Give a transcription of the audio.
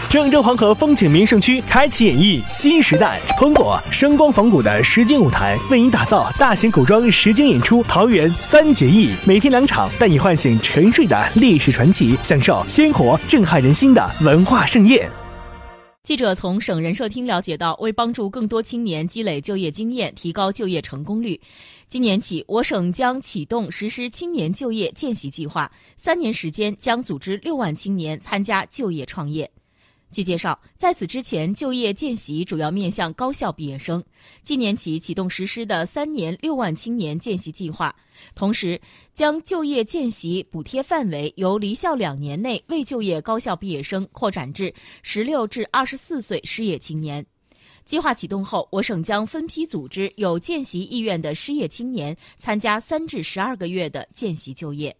郑州黄河风景名胜区开启演绎新时代，通过声光仿古的实景舞台，为您打造大型古装实景演出《桃园三结义》，每天2场，带你唤醒沉睡的历史传奇，享受鲜活震撼人心的文化盛宴。 记者从省人社厅了解到，为帮助更多青年积累就业经验，提高就业成功率，今年起，我省将启动实施青年就业见习计划，3年时间将组织6万青年参加就业创业。据介绍，在此之前，就业见习主要面向高校毕业生。今年起启动实施的3年6万青年见习计划，同时将就业见习补贴范围由离校2年内未就业高校毕业生扩展至16至24岁失业青年。计划启动后，我省将分批组织有见习意愿的失业青年参加3至12个月的见习就业。